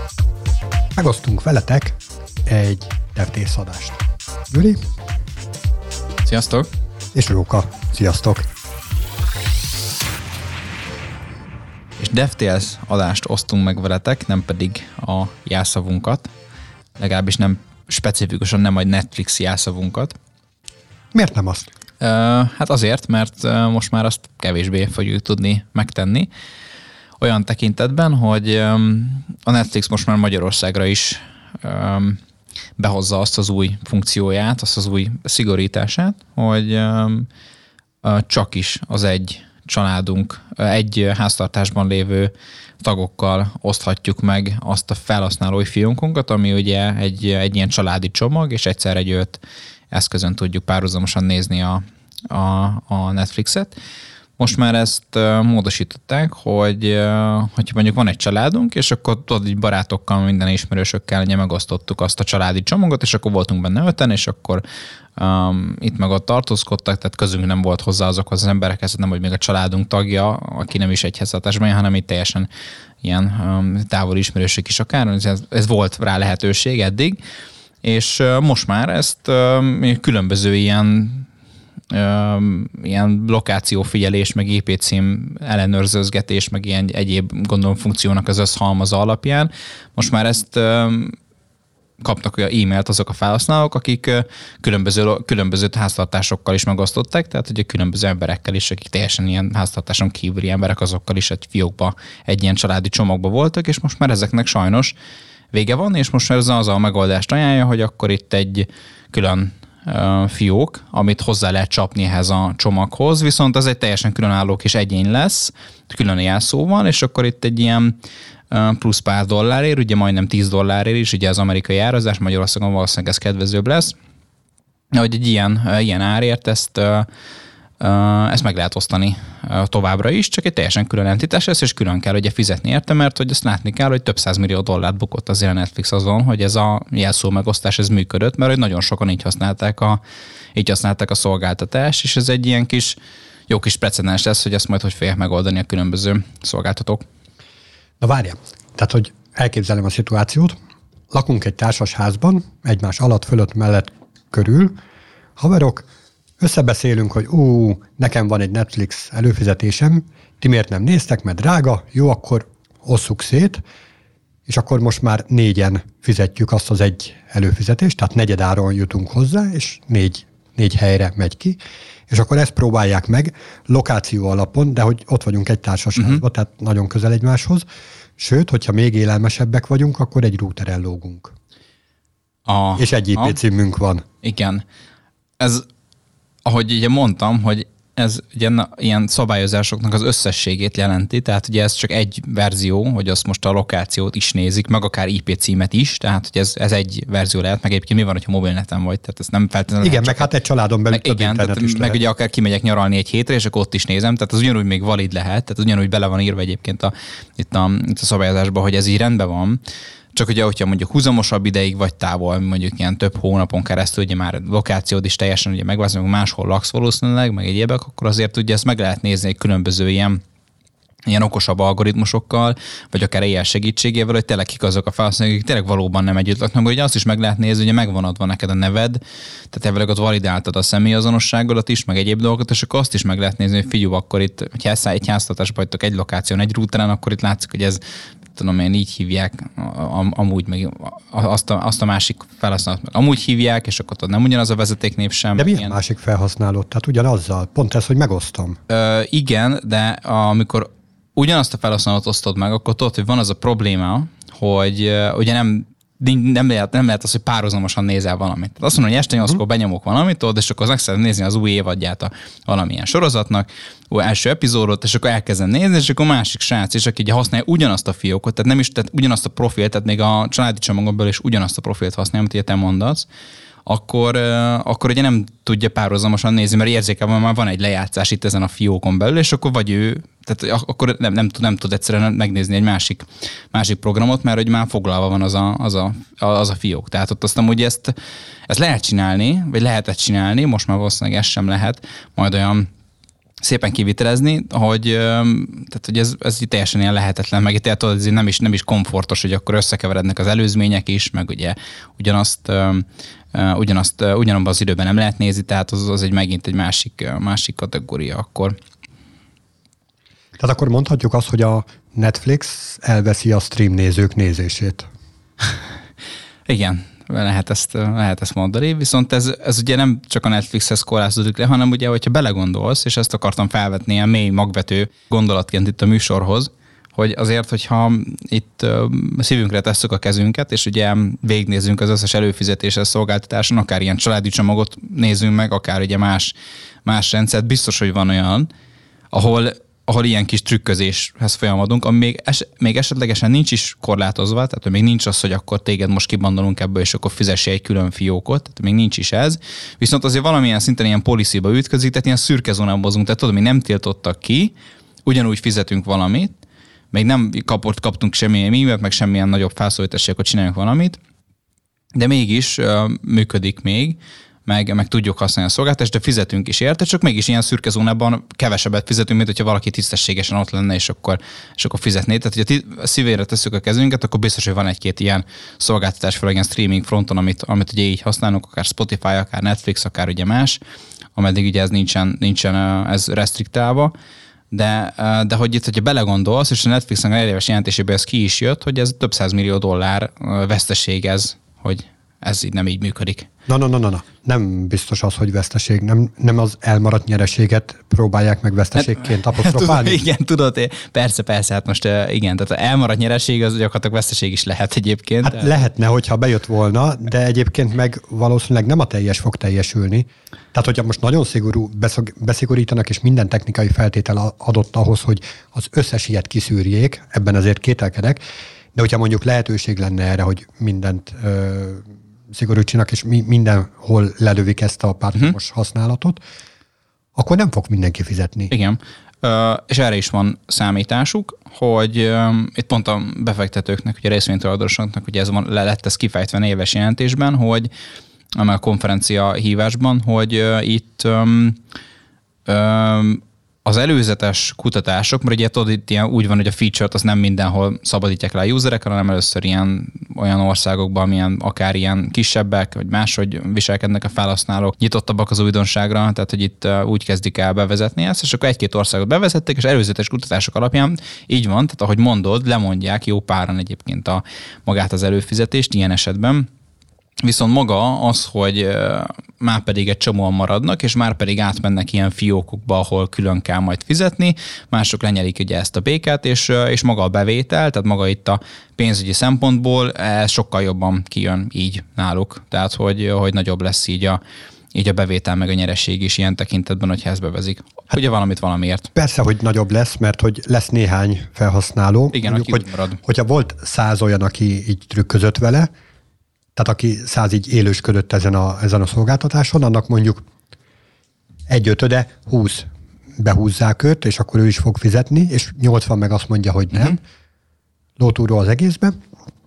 Megosztunk veletek egy devtészadást. Gyuri. Sziasztok! És Róka. Sziasztok! És DevTales adást osztunk meg veletek, nem pedig a jelszavunkat. Legalábbis nem specifikusan nem a Netflix jelszavunkat. Miért nem azt? Hát azért, mert most már azt kevésbé fogjuk tudni megtenni. Olyan tekintetben, hogy a Netflix most már Magyarországra is behozza azt az új funkcióját, azt az új szigorítását, hogy csak is az egy családunk, egy háztartásban lévő tagokkal oszthatjuk meg azt a felhasználói fiókunkat, ami ugye egy ilyen családi csomag, és egyszer egy 5 eszközön tudjuk párhuzamosan nézni a Netflixet. Most már ezt módosították, hogy mondjuk van egy családunk, és akkor tudod, így barátokkal, minden ismerősökkel megosztottuk azt a családi csomagot, és akkor voltunk benne 5-en, és akkor itt meg ott tartózkodtak, tehát közünk nem volt hozzá azokhoz az emberekhez, nem, hogy még a családunk tagja, aki nem is egy háztartásban, hanem itt teljesen ilyen távoli ismerősök is akár, ez volt rá lehetőség eddig, és most már ezt különböző ilyen lokációfigyelés, meg IP cím ellenőrzőzgetés, meg ilyen egyéb gondolom funkciónak az összhalmaza alapján. Most már ezt kapnak olyan e-mailt azok a felhasználók, akik különböző háztartásokkal is megosztották, tehát ugye különböző emberekkel is, akik teljesen ilyen háztartáson kívüli emberek, azokkal is egy fiókba, egy ilyen családi csomagba voltak, és most már ezeknek sajnos vége van, és most már ez az a megoldást ajánlja, hogy akkor itt egy külön fiók, amit hozzá lehet csapni ehhez a csomaghoz, viszont az egy teljesen különálló kis egyén lesz, külön jelszó van, és akkor itt egy ilyen plusz pár dollárért, ugye majdnem $10 is, ugye az amerikai árazás, Magyarországon valószínűleg ez kedvezőbb lesz, hogy egy ilyen árért ezt meg lehet osztani továbbra is, csak egy teljesen külön entitás lesz, és külön kell ugye fizetni érte, mert hogy azt látni kell, hogy több $100 millió bukott azért a Netflix azon, hogy ez a jelszó megosztás ez működött, mert hogy nagyon sokan így használták a szolgáltatást, és ez egy ilyen jó kis precedens lesz, hogy ezt majd hogy fogják megoldani a különböző szolgáltatók. Na várjál, tehát hogy elképzelem a szituációt, lakunk egy társasházban, egymás alatt, fölött, mellett, körül, haverok, összebeszélünk, hogy nekem van egy Netflix előfizetésem, ti miért nem néztek, mert drága, jó, akkor osszuk szét, és akkor most már 4-en fizetjük azt az egy előfizetést, tehát negyedáron jutunk hozzá, és 4 helyre megy ki, és akkor ezt próbálják meg lokáció alapon, de hogy ott vagyunk egy társasházban, tehát nagyon közel egymáshoz, sőt, hogyha még élelmesebbek vagyunk, akkor egy routeren lógunk. És egy IP címünk van. Igen. Ez ahogy ugye mondtam, hogy ez ugye ilyen szabályozásoknak az összességét jelenti, tehát ugye ez csak egy verzió, hogy azt most a lokációt is nézik, meg akár IP címet is, tehát hogy ez egy verzió lehet, meg egyébként mi van, hogyha mobilneten vagy, tehát ez nem feltétlenül... Igen, meg hát egy családon belül több internet is meg lehet. ugye akár kimegyek nyaralni egy hétre, és akkor ott is nézem, tehát az ugyanúgy még valid lehet, tehát ugyanúgy bele van írva egyébként itt a szabályozásban, hogy ez így rendben van. Csak ugye, hogyha mondjuk húzamosabb ideig vagy távol, mondjuk ilyen több hónapon keresztül, ugye már lokációd is teljesen ugye megváltozik, meg máshol laksz valószínűleg, meg egyébek, akkor azért ugye ezt meg lehet nézni egy különböző ilyen okosabb algoritmusokkal, vagy akár AI segítségével, hogy tényleg kik azok a felhasználók, akik tényleg valóban nem együtt laknak, ugye azt is meg lehet nézni, hogy megvan adva neked a neved, tehát elvileg ott validáltad a személyazonosságodat is, meg egyéb dolgokat, és akkor azt is meg lehet nézni, hogy figyelj, akkor itt, hogyha egy háztartásban vagytok egy lokáción, egy routeren, akkor itt látszik, hogy ez tudom én, így hívják, amúgy meg azt a másik felhasználót meg amúgy hívják, és akkor nem ugyanaz a vezetéknév sem. De milyen másik felhasználót? Tehát ugyanazzal? Pont ez, hogy megosztom. Igen, de amikor ugyanazt a felhasználót osztod meg, akkor tudod, hogy van az a probléma, hogy ugye nem lehet az, hogy párhuzamosan nézel valamit. Tehát azt mondom, hogy este 8-kor benyomok valamit, és akkor meg szeretném nézni az új évadját a valamilyen sorozatnak, első epizódot, és akkor elkezdem nézni, és akkor másik srác is, aki ugye használja ugyanazt a fiókot, tehát nem is tehát ugyanazt a profilt, tehát még a családi csomagon belül is ugyanazt a profilt használja, amit ugye te mondasz, akkor ugye nem tudja párhuzamosan nézni, mert érzékelve már van egy lejátszás itt ezen a fiókon belül, és akkor vagy ő, tehát akkor nem tud egyszerűen megnézni egy másik programot, mert hogy már foglalva van az a fiók. Tehát ott azt amúgy ezt lehet csinálni, vagy lehetett csinálni, most már valószínűleg ez sem lehet, majd olyan szépen kivitelezni, hogy ez teljesen ilyen lehetetlen, meg itt ez nem is komfortos, hogy akkor összekeverednek az előzmények is, meg ugye ugyanabban az időben nem lehet nézni, tehát az megint egy másik kategória akkor. Tehát akkor mondhatjuk azt, hogy a Netflix elveszi a stream nézők nézését. Igen, lehet ezt mondani, viszont ez ugye nem csak a Netflixhez korlátozódik le, hanem ugye, hogyha belegondolsz, és ezt akartam felvetni ilyen mély magvető gondolatként itt a műsorhoz, hogy azért, hogyha itt szívünkre tesszük a kezünket, és ugye végignézzünk az összes előfizetéses szolgáltatáson, akár ilyen családi csomagot nézzünk meg, akár ugye más rendszert, biztos, hogy van olyan, ahol ilyen kis trükközéshez folyamodunk, ami még esetlegesen nincs is korlátozva, tehát még nincs az, hogy akkor téged most kibandolunk ebből, és akkor fizessél egy külön fiókot, tehát még nincs is ez. Viszont azért valamilyen szinten ilyen policyba ütközik, tehát ilyen szürke zónában mozgunk, tehát tudod, mi nem tiltottak ki, ugyanúgy fizetünk valamit, még nem kaptunk semmilyen e-mailt, meg semmilyen nagyobb felszólítást, hogy csináljunk valamit, de mégis működik még, meg tudjuk használni a szolgáltatást, de fizetünk is érte, csak mégis ilyen szürke zónában kevesebbet fizetünk, mint hogyha valaki tisztességesen ott lenne, és akkor fizetné. Tehát, hogyha szívére tesszük a kezünket, akkor biztos, hogy van egy-két ilyen szolgáltatás, főleg ilyen streaming fronton, amit ugye így használunk, akár Spotify, akár Netflix, akár ugye más, ameddig ugye ez nincsen ez restriktálva. De hogy itt, hogyha belegondolsz, és a Netflixnek a éves jelentésében ez ki is jött, hogy ez több $100 millió veszteség ez, hogy ez így nem így működik. Na. Nem biztos az, hogy veszteség. Nem az elmaradt nyereséget próbálják meg veszteségként apostrofálni? Igen, tudod, persze, hát most igen, tehát elmaradt nyereség az gyakorlatilag veszteség is lehet egyébként. Hát lehetne, hogyha bejött volna, de egyébként meg valószínűleg nem a teljes fog teljesülni. Tehát, hogyha most nagyon szigorú beszigorítanak, és minden technikai feltétel adott ahhoz, hogy az összes ilyet kiszűrjék, ebben azért kételkedek, de hogyha mondjuk lehetőség lenne erre, hogy mindent szigorítsanak, és mindenhol lelövik ezt a párhuzamos használatot, akkor nem fog mindenki fizetni. Igen. És erre is van számításuk, hogy itt pont a befektetőknek, ugye a részvénytulajdonosoknak, ugye lett ez kifejtve éves jelentésben, hogy a konferencia hívásban, hogy itt az előzetes kutatások, mert ugye tudod, itt ilyen úgy van, hogy a feature-t az nem mindenhol szabadítják le a userekre, hanem először olyan országokban, amilyen akár ilyen kisebbek, vagy máshogy viselkednek a felhasználók, nyitottabbak az újdonságra, tehát hogy itt úgy kezdik el bevezetni ezt, és akkor egy-két országot bevezették, és előzetes kutatások alapján így van, tehát ahogy mondod, lemondják jó páran egyébként magát az előfizetést ilyen esetben. Viszont maga az, hogy már pedig egy csomóan maradnak, és már pedig átmennek ilyen fiókokba, ahol külön kell majd fizetni, mások lenyelik ugye ezt a békát, és maga a bevétel, tehát maga itt a pénzügyi szempontból ez sokkal jobban kijön így náluk. Tehát, hogy nagyobb lesz így a bevétel meg a nyereség is ilyen tekintetben, hogyha ezt bevezik. Hát, ugye valamit valamiért. Persze, hogy nagyobb lesz, mert hogy lesz néhány felhasználó. Igen, mondjuk, aki marad. Hogyha volt 100 olyan, aki így trükközött vele, tehát aki 100 így élősködött ezen a szolgáltatáson, annak mondjuk 1/5, 20 behúzzák őt, és akkor ő is fog fizetni, és 80 meg azt mondja, hogy nem. Lótúró az egészben.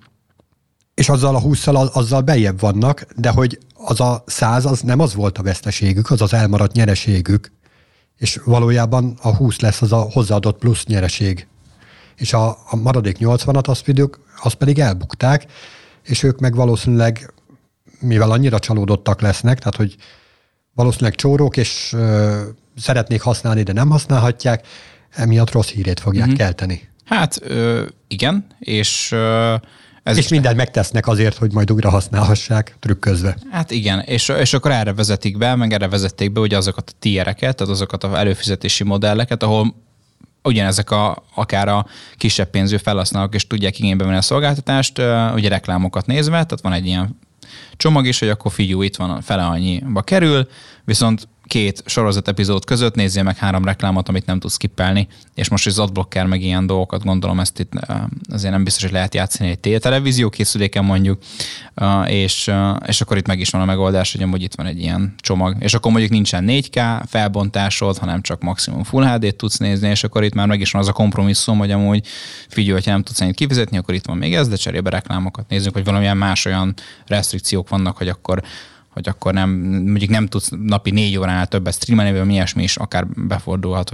És azzal a 20-szal azzal beljebb vannak, de hogy az a 100 az nem az volt a veszteségük, az elmaradt nyereségük. És valójában a 20 lesz az a hozzáadott plusz nyereség. És a maradék 80-at azt pedig elbukták, és ők meg valószínűleg, mivel annyira csalódottak lesznek, tehát hogy valószínűleg csórók, és szeretnék használni, de nem használhatják, emiatt rossz hírét fogják kelteni. Hát igen, és mindent megtesznek azért, hogy majd újra használhassák, trükközve. Hát igen, és akkor erre vezetik be, meg erre vezették be ugye azokat a tiereket, tehát azokat az előfizetési modelleket, ahol ugyanezek akár a kisebb pénzű felhasználók is tudják igénybe venni a szolgáltatást, ugye reklámokat nézve, tehát van egy ilyen csomag is, hogy akkor figyelj, itt van fele annyiba kerül, viszont 2 sorozat epizód között nézzél meg 3 reklámot, amit nem tudsz skippelni, és most az adblocker meg ilyen dolgokat, gondolom ezt itt azért nem biztos, hogy lehet játszani egy televízió készüléken mondjuk, és akkor itt meg is van a megoldás, hogy amúgy itt van egy ilyen csomag, és akkor mondjuk nincsen 4K felbontásod, hanem csak maximum Full HD-t tudsz nézni, és akkor itt már meg is van az a kompromisszum, hogy amúgy figyelj, hogyha nem tudsz ennyit kifizetni, akkor itt van még ez, de cserébe reklámokat nézzünk, hogy valamilyen más olyan restrikciók vannak, hogy akkor hogy akkor mondjuk nem tudsz napi 4 óránál többet streamelni, vagy ilyesmi is akár befordulhat,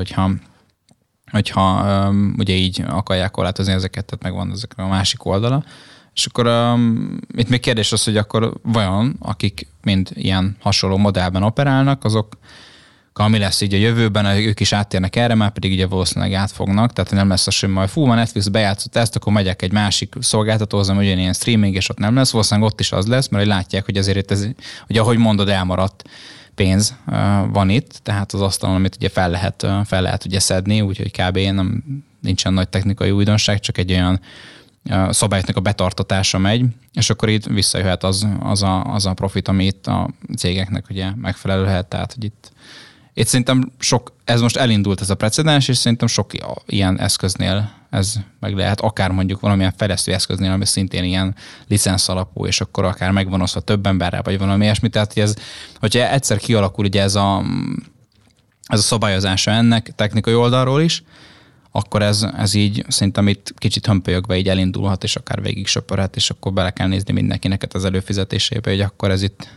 hogyha ugye így akarják korlátozni ezeket, tehát megvan ezek a másik oldala. És akkor itt még kérdés az, hogy akkor vajon, akik mind ilyen hasonló modellben operálnak, azok mi lesz így a jövőben, ők is áttérnek erre, már pedig ugye valószínűleg átfognak, tehát nem lesz az, hogy majd a Netflix bejátszott ezt, akkor megyek egy másik szolgáltatóhoz, ami ugyanilyen streaming, és ott nem lesz, valószínűleg ott is az lesz, mert látják, hogy azért ez, ugye ahogy mondod, elmaradt pénz van itt, tehát az asztalon, amit ugye fel lehet ugye szedni, úgyhogy kb. Nincsen nagy technikai újdonság, csak egy olyan szabályoknak a betartatása megy, és akkor itt visszajöhet az a profit, ami itt a cégeknek ugye megfelelő lehet, tehát hogy itt szerintem ez most elindult ez a precedens, és szerintem sok ilyen eszköznél ez meg lehet, akár mondjuk valamilyen fejlesztő eszköznél, ami szintén ilyen licensz alapú, és akkor akár megvan osztva több emberrel, vagy valami ilyesmi. Tehát, hogyha egyszer kialakul ugye ez a szabályozása ennek technikai oldalról is, akkor ez így szerintem itt kicsit hömpölyögve így elindulhat, és akár végig söpörhet, és akkor bele kell nézni mindenkinek az előfizetésébe, hogy akkor ez itt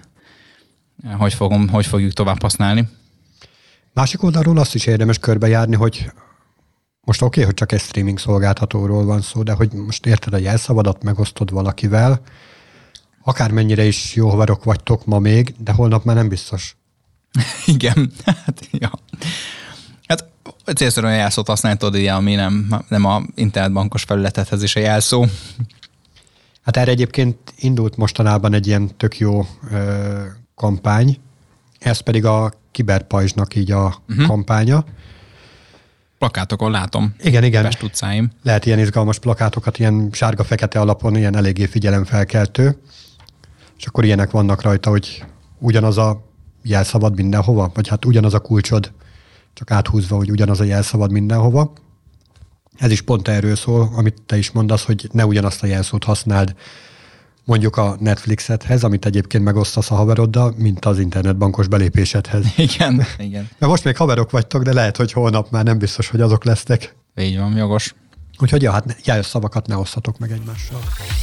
hogy fogjuk tovább használni. Másik oldalról azt is érdemes körbejárni, hogy most oké, hogy csak egy streaming szolgáltatóról van szó, de hogy most érted, a jelszavadat megosztod valakivel, akármennyire is jó haverok vagytok ma még, de holnap már nem biztos. Igen, hát ja. Hát célszerűen a jelszót használni tudod, ami nem a internetbankos felületedhez is a jelszó. Hát erre egyébként indult mostanában egy ilyen tök jó kampány, ez pedig a Kiberpajzsnak így a kampánya. Plakátokon látom. Igen. Pest utcáim. Lehet ilyen izgalmas plakátokat, ilyen sárga-fekete alapon, ilyen eléggé figyelemfelkeltő. És akkor ilyenek vannak rajta, hogy ugyanaz a jelszavad mindenhova, vagy hát ugyanaz a kulcsod, csak áthúzva, hogy ugyanaz a jelszavad mindenhova. Ez is pont erről szól, amit te is mondasz, hogy ne ugyanazt a jelszót használd mondjuk a Netflixedhez, amit egyébként megosztasz a haveroddal, mint az internetbankos belépésedhez. Igen. Mert most még haverok vagytok, de lehet, hogy holnap már nem biztos, hogy azok lesztek. Így van, jogos. Úgyhogy ja, hát jelszavakat ne osszatok meg egymással.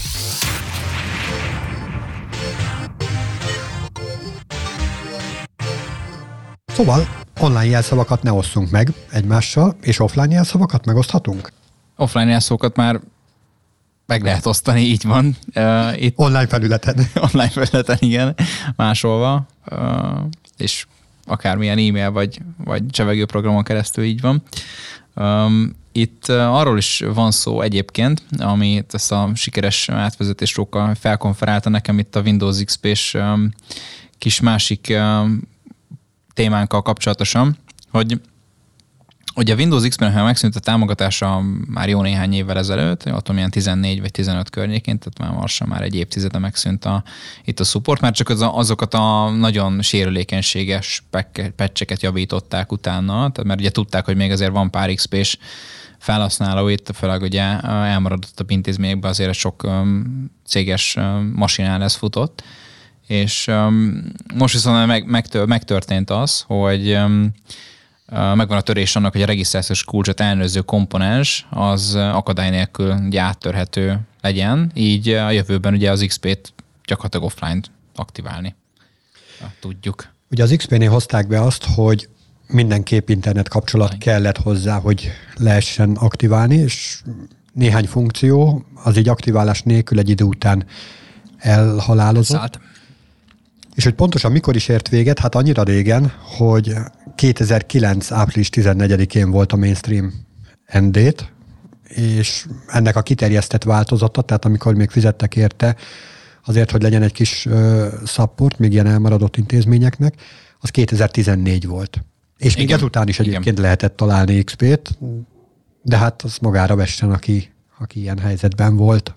Szóval online jelszavakat ne osszunk meg egymással, és offline jelszavakat megoszthatunk? Offline jelszókat már meg lehet osztani, így van. Itt online felületen. Online felületen, igen, másolva, és akármilyen e-mail vagy csevegő programon keresztül így van. Itt arról is van szó egyébként, amit ezt a sikeres átvezetés róka felkonferálta nekem itt a Windows XP-s kis másik témánkkal kapcsolatosan, hogy a Windows XP-nek megszűnt a támogatása már jó néhány évvel ezelőtt, ott ilyen 14 vagy 15 környékén, tehát már lassan már egy évtizede megszűnt itt a support, már csak azokat a nagyon sérülékenységes patcheket javították utána, tehát mert ugye tudták, hogy még azért van pár XP-s felhasználó itt, főleg ugye elmaradott a intézményekben azért sok céges masinán ez futott, és most viszont megtörtént az, hogy megvan a törés annak, hogy a regisztrációs kulcsot ellenőrző komponens az akadály nélkül ugye áttörhető legyen, így a jövőben ugye az XP-t gyakorlatilag offline-t aktiválni. Tudjuk. Ugye az XP-nél hozták be azt, hogy mindenképp internet kapcsolat kellett hozzá, hogy lehessen aktiválni, és néhány funkció az így aktiválás nélkül egy idő után elhalálozott. Szállt. És hogy pontosan mikor is ért véget? Hát annyira régen, hogy 2009. április 14-én volt a mainstream end-date, és ennek a kiterjesztett változata, tehát amikor még fizettek érte, azért, hogy legyen egy kis support, még ilyen elmaradott intézményeknek, az 2014 volt. És még ezután is egyébként lehetett találni XP-t, de hát az magára vessen, aki ilyen helyzetben volt.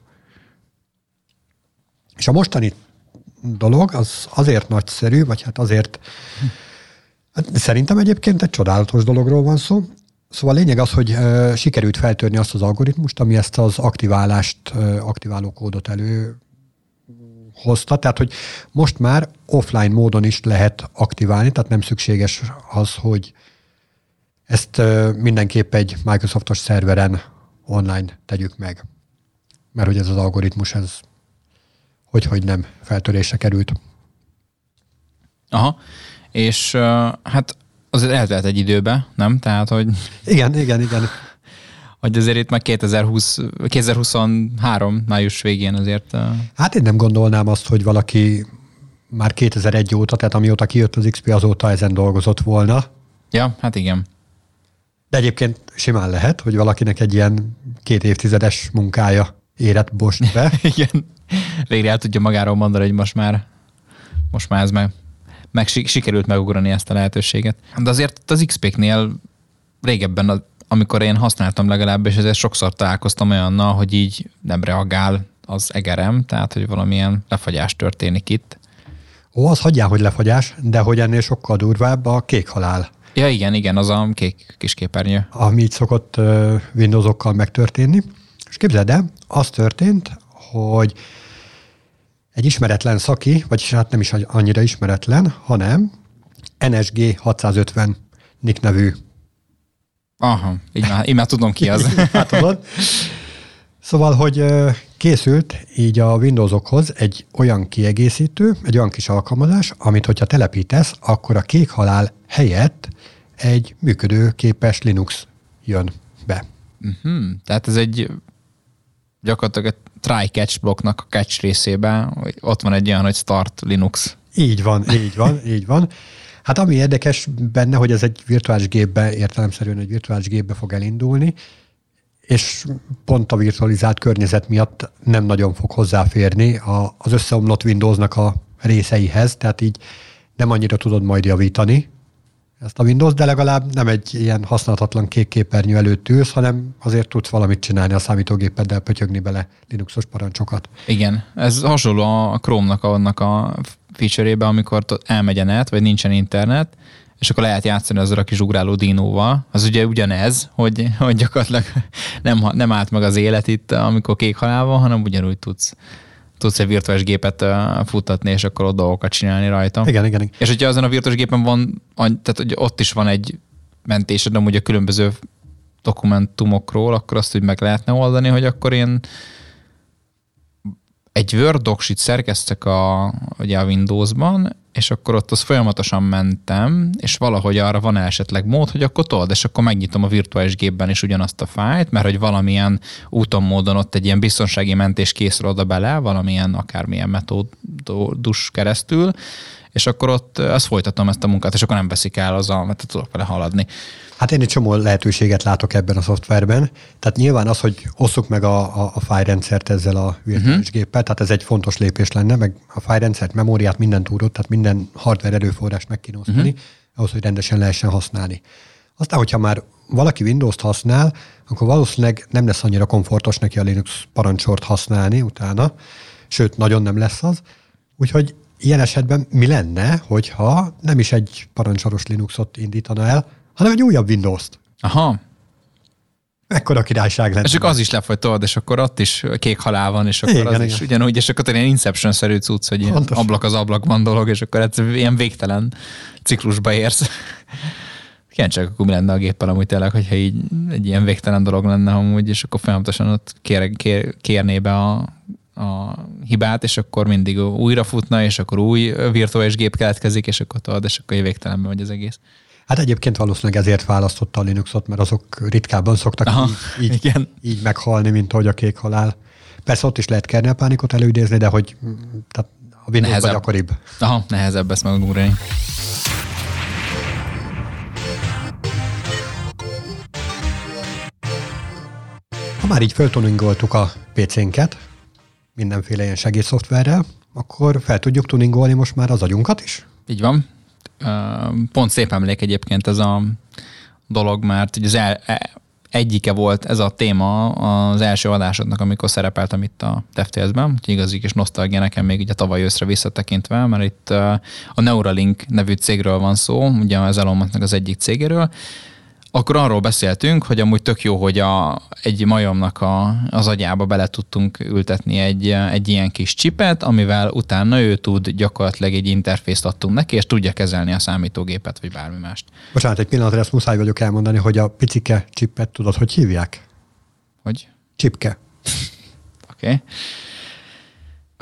És a mostani dolog az azért nagyszerű, vagy hát azért szerintem egyébként egy csodálatos dologról van szó. Szóval a lényeg az, hogy sikerült feltörni azt az algoritmust, ami ezt az aktiváló kódot előhozta. Tehát, hogy most már offline módon is lehet aktiválni, tehát nem szükséges az, hogy ezt mindenképp egy Microsoftos szerveren online tegyük meg. Mert hogy ez az algoritmus, ez hogy nem feltörésre került. Aha, és hát azért eltelt egy időbe, nem? Tehát, hogy... Igen. Hogy azért itt meg 2023 május végén azért... Hát én nem gondolnám azt, hogy valaki már 2001 óta, tehát amióta kijött az XP, azóta ezen dolgozott volna. Ja, hát igen. De egyébként simán lehet, hogy valakinek egy ilyen 2 évtizedes munkája érett most be. Igen. Végre el tudja magáról mondani, hogy most már ez meg sikerült megugrani ezt a lehetőséget. De azért az XP-knél régebben, amikor én használtam legalábbis, ezért sokszor találkoztam olyannal, hogy így nem reagál az egerem, tehát hogy valamilyen lefagyás történik itt. Az hagyjál, hogy lefagyás, de hogy ennél sokkal durvább a kék halál. Ja, igen, az a kék kis képernyő. Ami így szokott Windowsokkal megtörténni. És képzeld el, az történt, hogy egy ismeretlen szaki, vagyis hát nem is annyira ismeretlen, hanem NSG 650 nick nevű. Aha, így már tudom ki az. Hát tudod. Szóval, hogy készült így a Windowsokhoz egy olyan kiegészítő, egy olyan kis alkalmazás, amit hogyha telepítesz, akkor a kék halál helyett egy működőképes Linux jön be. Tehát ez egy gyakorlatilag egy try-catch blokknak a catch részében, hogy ott van egy olyan, hogy start Linux. Így van. Hát ami érdekes benne, hogy ez egy virtuális gépbe, értelemszerűen egy virtuális gépbe fog elindulni, és pont a virtualizált környezet miatt nem nagyon fog hozzáférni az összeomlott Windowsnak a részeihez, tehát így nem annyira tudod majd javítani ezt a Windows, de legalább nem egy ilyen használhatatlan kék képernyő előtt ülsz, hanem azért tudsz valamit csinálni a számítógépeddel, pötyögni bele Linuxos parancsokat. Igen, ez hasonló a Chrome-nak annak a feature-ébe, amikor elmegy a net, vagy nincsen internet, és akkor lehet játszani azzal a kis ugráló dinóval. Az ugye ugyanez, hogy gyakorlatilag nem állt meg az élet itt, amikor kék halál van, hanem ugyanúgy tudsz egy virtuális gépet futtatni, és akkor ott dolgokat csinálni rajta. Igen. És hogyha azon a virtuális gépen van, tehát hogy ott is van egy mentésed, amúgy a különböző dokumentumokról, akkor azt úgy meg lehetne oldani, hogy akkor én egy Word docsit szerkeztek ugye a Windowsban, és akkor ott az folyamatosan mentem, és valahogy arra van esetleg mód, hogy akkor told, és akkor megnyitom a virtuális gépben is ugyanazt a fájlt, mert hogy valamilyen úton, módon ott egy ilyen biztonsági mentés készül oda bele, valamilyen akármilyen metódus keresztül, és akkor ott azt folytatom ezt a munkát, és akkor nem veszik el mert tudok vele haladni. Hát én egy csomó lehetőséget látok ebben a szoftverben. Tehát nyilván az, hogy osszuk meg a fájlrendszert ezzel a virtuális géppel, tehát ez egy fontos lépés lenne, meg a fájlrendszert, memóriát, minden túrót, tehát minden hardware erőforrást meg kéne osztani, ahhoz, hogy rendesen lehessen használni. Aztán, hogyha már valaki Windows-t használ, akkor valószínűleg nem lesz annyira komfortos neki a Linux parancsort használni utána, sőt, nagyon nem lesz az. Úgyhogy ilyen esetben mi lenne, hogyha nem is egy parancsoros Linuxot indítana el, hanem egy újabb Windows-t. Aha. Ekkora királyság lenne. És akkor az is lefogy told, és akkor ott is kék halál van, és akkor igen, az is ugyanúgy, és akkor ilyen Inception-szerű cucc, hogy ilyen ablak az ablakban dolog, és akkor ilyen végtelen ciklusba érsz. Kíváncsi, akkor mi lenne a géppel amúgy tényleg, hogyha így egy ilyen végtelen dolog lenne amúgy, és akkor folyamatosan ott kérné be a hibát, és akkor mindig újra futna, és akkor új virtuális gép keletkezik, és akkor told, és akkor végtelenben vagy az egész. Hát egyébként valószínűleg ezért választotta a Linuxot, mert azok ritkábban szoktak így meghalni, mint ahogy a kék halál. Persze ott is lehet kernelpánikot előidézni, de hogy tehát a Windows-ban gyakoribb. Aha, nehezebb ezt megugrani. Ha már így föltuningoltuk a PC-nket, mindenféle ilyen segédszoftverrel, akkor fel tudjuk tuningolni most már az agyunkat is? Így van. Pont szép emlék egyébként ez a dolog, mert ugye egyike volt ez a téma az első adásodnak, amikor szerepeltem itt a DevTales-ben, úgyhogy igazi kis nosztalgia nekem még ugye tavaly őszre visszatekintve, mert itt a Neuralink nevű cégről van szó, ugye az Elon Musknak az egyik cégéről. Akkor arról beszéltünk, hogy amúgy tök jó, hogy egy majomnak az agyába bele tudtunk ültetni egy ilyen kis csipet, amivel utána ő tud gyakorlatilag egy interfészt adtunk neki, és tudja kezelni a számítógépet, vagy bármi mást. Bocsánat, egy pillanatra ezt muszáj vagyok elmondani, hogy a picike csipet tudod, hogy hívják? Hogy? Csipke. Oké.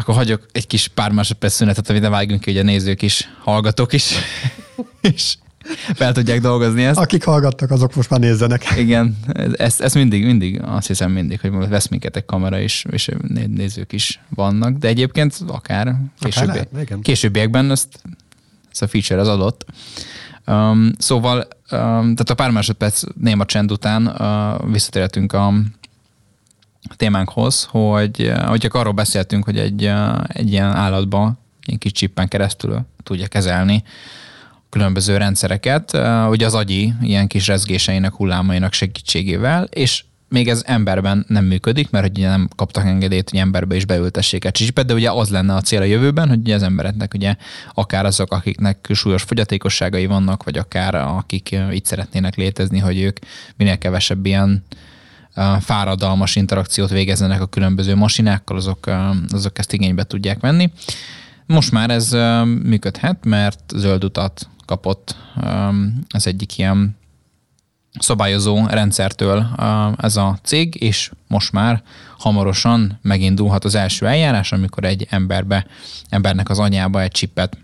Akkor hagyok egy kis pár másodperc szünetet, amit ne vágjunk ki, hogy a nézők is, hallgatók is, és fel tudják dolgozni ezt. Akik hallgattak, azok most már nézzenek. Igen, ezt mindig, azt hiszem mindig, hogy vesz minket egy kamera is, és nézők is vannak, de egyébként akár későbbiekben ezt a feature az adott. Szóval, tehát a pár másodperc néma csend után visszatérhetünk a témánkhoz, hogy arról beszéltünk, hogy egy ilyen állatban ilyen kis csippen keresztül tudja kezelni különböző rendszereket, ugye az agyi ilyen kis rezgéseinek, hullámainak segítségével, és még ez emberben nem működik, mert ugye nem kaptak engedélyt, hogy emberbe is beültessék a csipet, de ugye az lenne a cél a jövőben, hogy ugye az embereknek ugye akár azok, akiknek súlyos fogyatékosságai vannak, vagy akár akik így szeretnének létezni, hogy ők minél kevesebb ilyen fáradalmas interakciót végezzenek a különböző masinákkal, azok ezt igénybe tudják venni. Most már ez működhet, mert zöld utat kapott az egyik ilyen szabályozó rendszertől ez a cég, és most már hamarosan megindulhat az első eljárás, amikor egy embernek az agyába egy csipet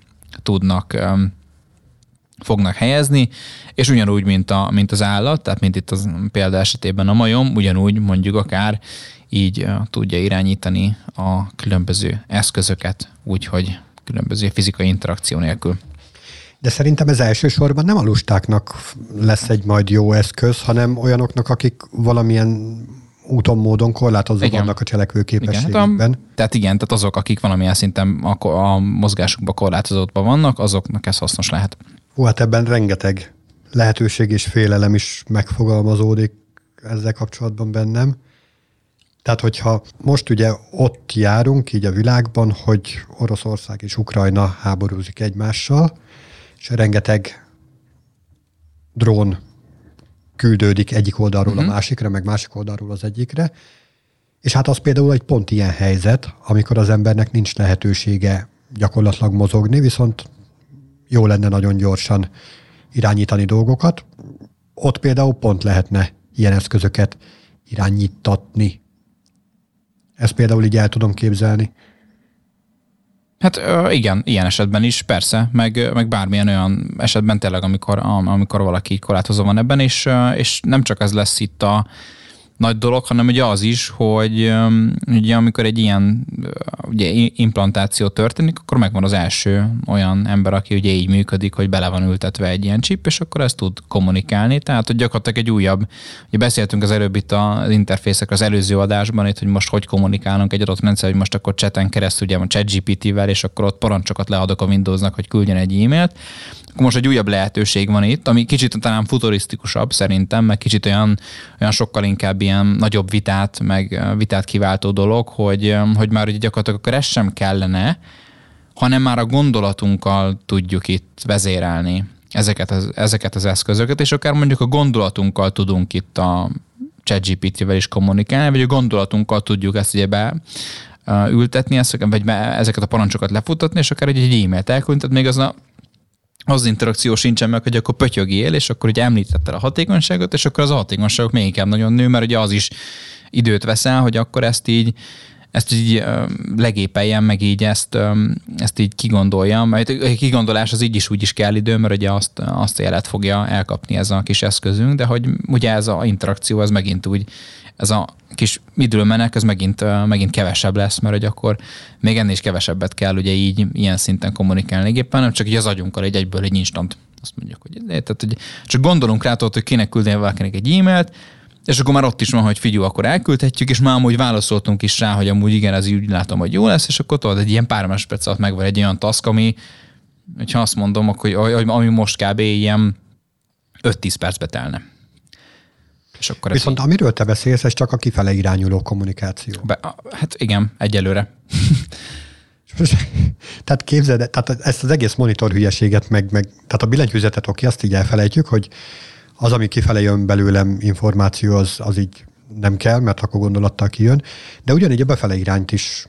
fognak helyezni, és ugyanúgy, mint az állat, tehát mint itt az példa esetében a majom, ugyanúgy mondjuk akár így tudja irányítani a különböző eszközöket, úgyhogy különböző fizikai interakció nélkül. De szerintem ez elsősorban nem a lustáknak lesz egy majd jó eszköz, hanem olyanoknak, akik valamilyen úton, módon korlátozva vannak a cselekvőképességükben. Tehát azok, akik valamilyen szinten a mozgásukban korlátozottban vannak, azoknak ez hasznos lehet. Hát ebben rengeteg lehetőség és félelem is megfogalmazódik ezzel kapcsolatban bennem. Tehát, hogyha most ugye ott járunk így a világban, hogy Oroszország és Ukrajna háborúzik egymással, és rengeteg drón küldődik egyik oldalról a másikra, meg másik oldalról az egyikre, és hát az például egy pont ilyen helyzet, amikor az embernek nincs lehetősége gyakorlatilag mozogni, viszont jó lenne nagyon gyorsan irányítani dolgokat. Ott például pont lehetne ilyen eszközöket irányítatni. Ezt például így el tudom képzelni. Hát igen, ilyen esetben is, persze, meg bármilyen olyan esetben tényleg, amikor valaki korlátozó van ebben, és nem csak ez lesz itt a nagy dolog, hanem ugye az is, hogy ugye amikor egy ilyen ugye implantáció történik, akkor megvan az első olyan ember, aki ugye így működik, hogy bele van ültetve egy ilyen chip, és akkor ezt tud kommunikálni. Tehát, hogy gyakorlatilag egy újabb, ugye beszéltünk az előbb itt az interfészekről az előző adásban, itt, hogy most hogy kommunikálunk egy adott rendszer, hogy most akkor chaten keresztül, ugye a ChatGPT-vel, és akkor ott parancsokat leadok a Windowsnak, hogy küldjen egy e-mailt. Akkor most egy újabb lehetőség van itt, ami kicsit talán futurisztikusabb szerintem, meg kicsit olyan sokkal inkább ilyen nagyobb vitát kiváltó dolog, hogy már ugye gyakorlatilag akkor ez sem kellene, hanem már a gondolatunkkal tudjuk itt vezérelni ezeket az eszközöket, és akár mondjuk a gondolatunkkal tudunk itt a ChatGPT-vel is kommunikálni, vagy a gondolatunkkal tudjuk ezt ugye beültetni, vagy ezeket a parancsokat lefutatni, és akár egy e-mailt elküldni, tehát még az interakció sincsen meg, hogy akkor pötyögél, és akkor ugye említettel a hatékonyságot, és akkor az a hatékonyságok még inkább nagyon nő, mert ugye az is időt veszel, hogy akkor ezt így legépeljen, meg így ezt így kigondoljam, mert a kigondolás az így is úgy is kell idő, mert ugye azt a jelet fogja elkapni ez a kis eszközünk, de hogy ugye ez a interakció, ez megint úgy, ez a kis időmenek, ez megint kevesebb lesz, mert hogy akkor még ennél is kevesebbet kell ugye így ilyen szinten kommunikálni éppen, nem csak így az agyunkkal egyből egy instant. Azt mondjuk, hogy csak gondolunk rá, hogy kéne küldeni valakinek egy e-mailt, és akkor már ott is van, hogy figyelj, akkor elküldhetjük, és már amúgy válaszoltunk is rá, hogy amúgy igen, ez úgy látom, hogy jó lesz, és akkor tudod, egy ilyen pár másodperc alatt megvan egy olyan task, ami, hogyha azt mondom, akkor, ami most kb. Ilyen 5-10 percbe telne. És akkor viszont amiről te beszélsz, ez csak a kifele irányuló kommunikáció. Hát igen, egyelőre. Tehát képzeld, tehát ezt az egész monitor hülyeséget, tehát a billentyűzetet oké, azt így elfelejtjük, hogy az, ami kifele jön belőlem információ, az így nem kell, mert akkor gondolattal kijön, de ugyanígy a befele irányt is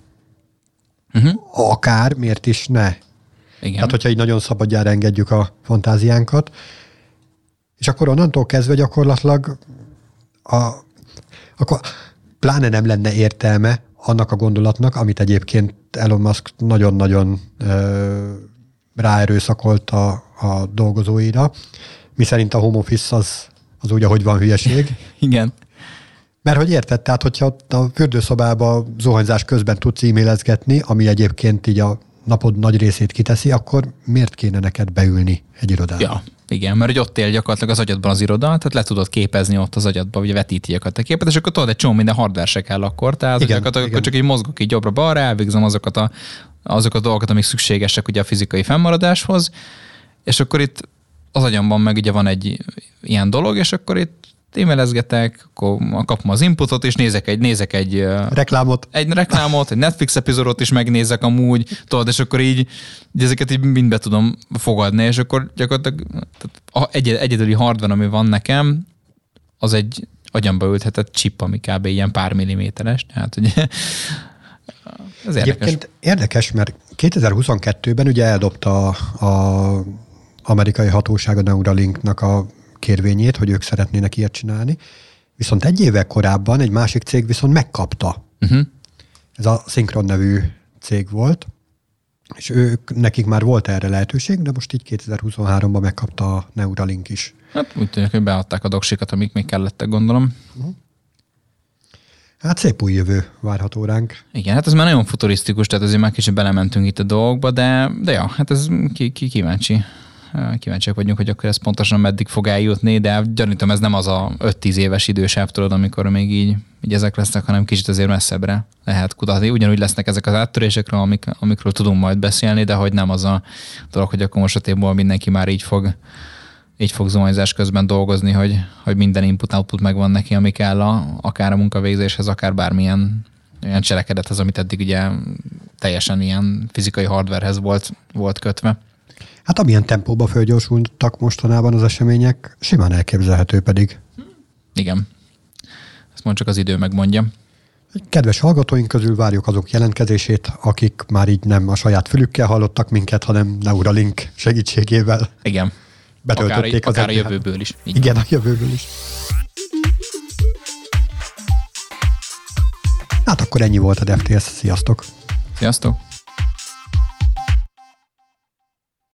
akár, miért is ne. Igen. Tehát, hogyha így nagyon szabadjára engedjük a fantáziánkat, és akkor onnantól kezdve gyakorlatilag akkor pláne nem lenne értelme annak a gondolatnak, amit egyébként Elon Musk nagyon-nagyon ráerőszakolt a dolgozóira, miszerint a home office az úgy, ahogy van, hülyeség. Igen. Mert hogy érted, tehát hogyha a fürdőszobába zuhanyzás közben tudsz e-mailezgetni, ami egyébként így a napod nagy részét kiteszi, akkor miért kéne neked beülni egy irodába? Ja, igen, mert hogy ott él gyakorlatilag az agyadban az iroda, tehát le tudod képezni ott az agyadban, vagy vetíti a képet, és akkor tudod, egy csomó minden hardware se kell akkor, tehát igen, akkor csak így mozgok így jobbra-balra, elvégzem azokat a dolgokat, amik szükségesek ugye a fizikai fennmaradáshoz, és akkor itt az agyamban meg ugye van egy ilyen dolog, és akkor itt e-mailezgetek, akkor kapom az inputot, és nézek egy reklámot. Egy Netflix epizódot is megnézek amúgy, tudod, és akkor így ezeket így mind be tudom fogadni, és akkor gyakorlatilag egyedüli hardware, ami van nekem, az egy agyamba ülthetett chip, ami kb. Ilyen pár milliméteres, tehát ugye ez érdekes. Egyébként érdekes, mert 2022-ben ugye eldobta az amerikai hatóság a Neuralinknak a kérvényét, hogy ők szeretnének ilyet csinálni. Viszont egy évvel korábban egy másik cég viszont megkapta. Ez a Synchron nevű cég volt, és nekik már volt erre lehetőség, de most így 2023-ban megkapta a Neuralink is. Hát úgy tűnik, hogy beadták a doksikat, amik még kellettek, gondolom. Hát szép új jövő várható ránk. Igen, hát ez már nagyon futurisztikus, tehát azért már kicsit belementünk itt a dolgokba, de ja, hát ez kíváncsi. Kíváncsiak vagyunk, hogy akkor ez pontosan meddig fog eljutni, de gyanítom, ez nem az a 5-10 éves idősáv, tudod, amikor még így ezek lesznek, hanem kicsit azért messzebbre lehet kutatni. Ugyanúgy lesznek ezek az áttörésekről, amikről tudunk majd beszélni, de hogy nem az a dolog, hogy akkor most a tépból mindenki már így fog zuhanyzás közben dolgozni, hogy minden input-output megvan neki, ami kell akár a munkavégzéshez, akár bármilyen olyan cselekedethez, amit eddig ugye teljesen ilyen fizikai hardwarehez volt kötve. Hát amilyen tempóban fölgyorsultak mostanában az események, simán elképzelhető pedig. Igen. Ezt mond csak az idő megmondja. Kedves hallgatóink közül várjuk azok jelentkezését, akik már így nem a saját fülükkel hallottak minket, hanem Neuralink segítségével. Igen. Betöltötték akár a jövőből is. Igen, a jövőből is. Hát akkor ennyi volt a DevTales. Sziasztok! Sziasztok!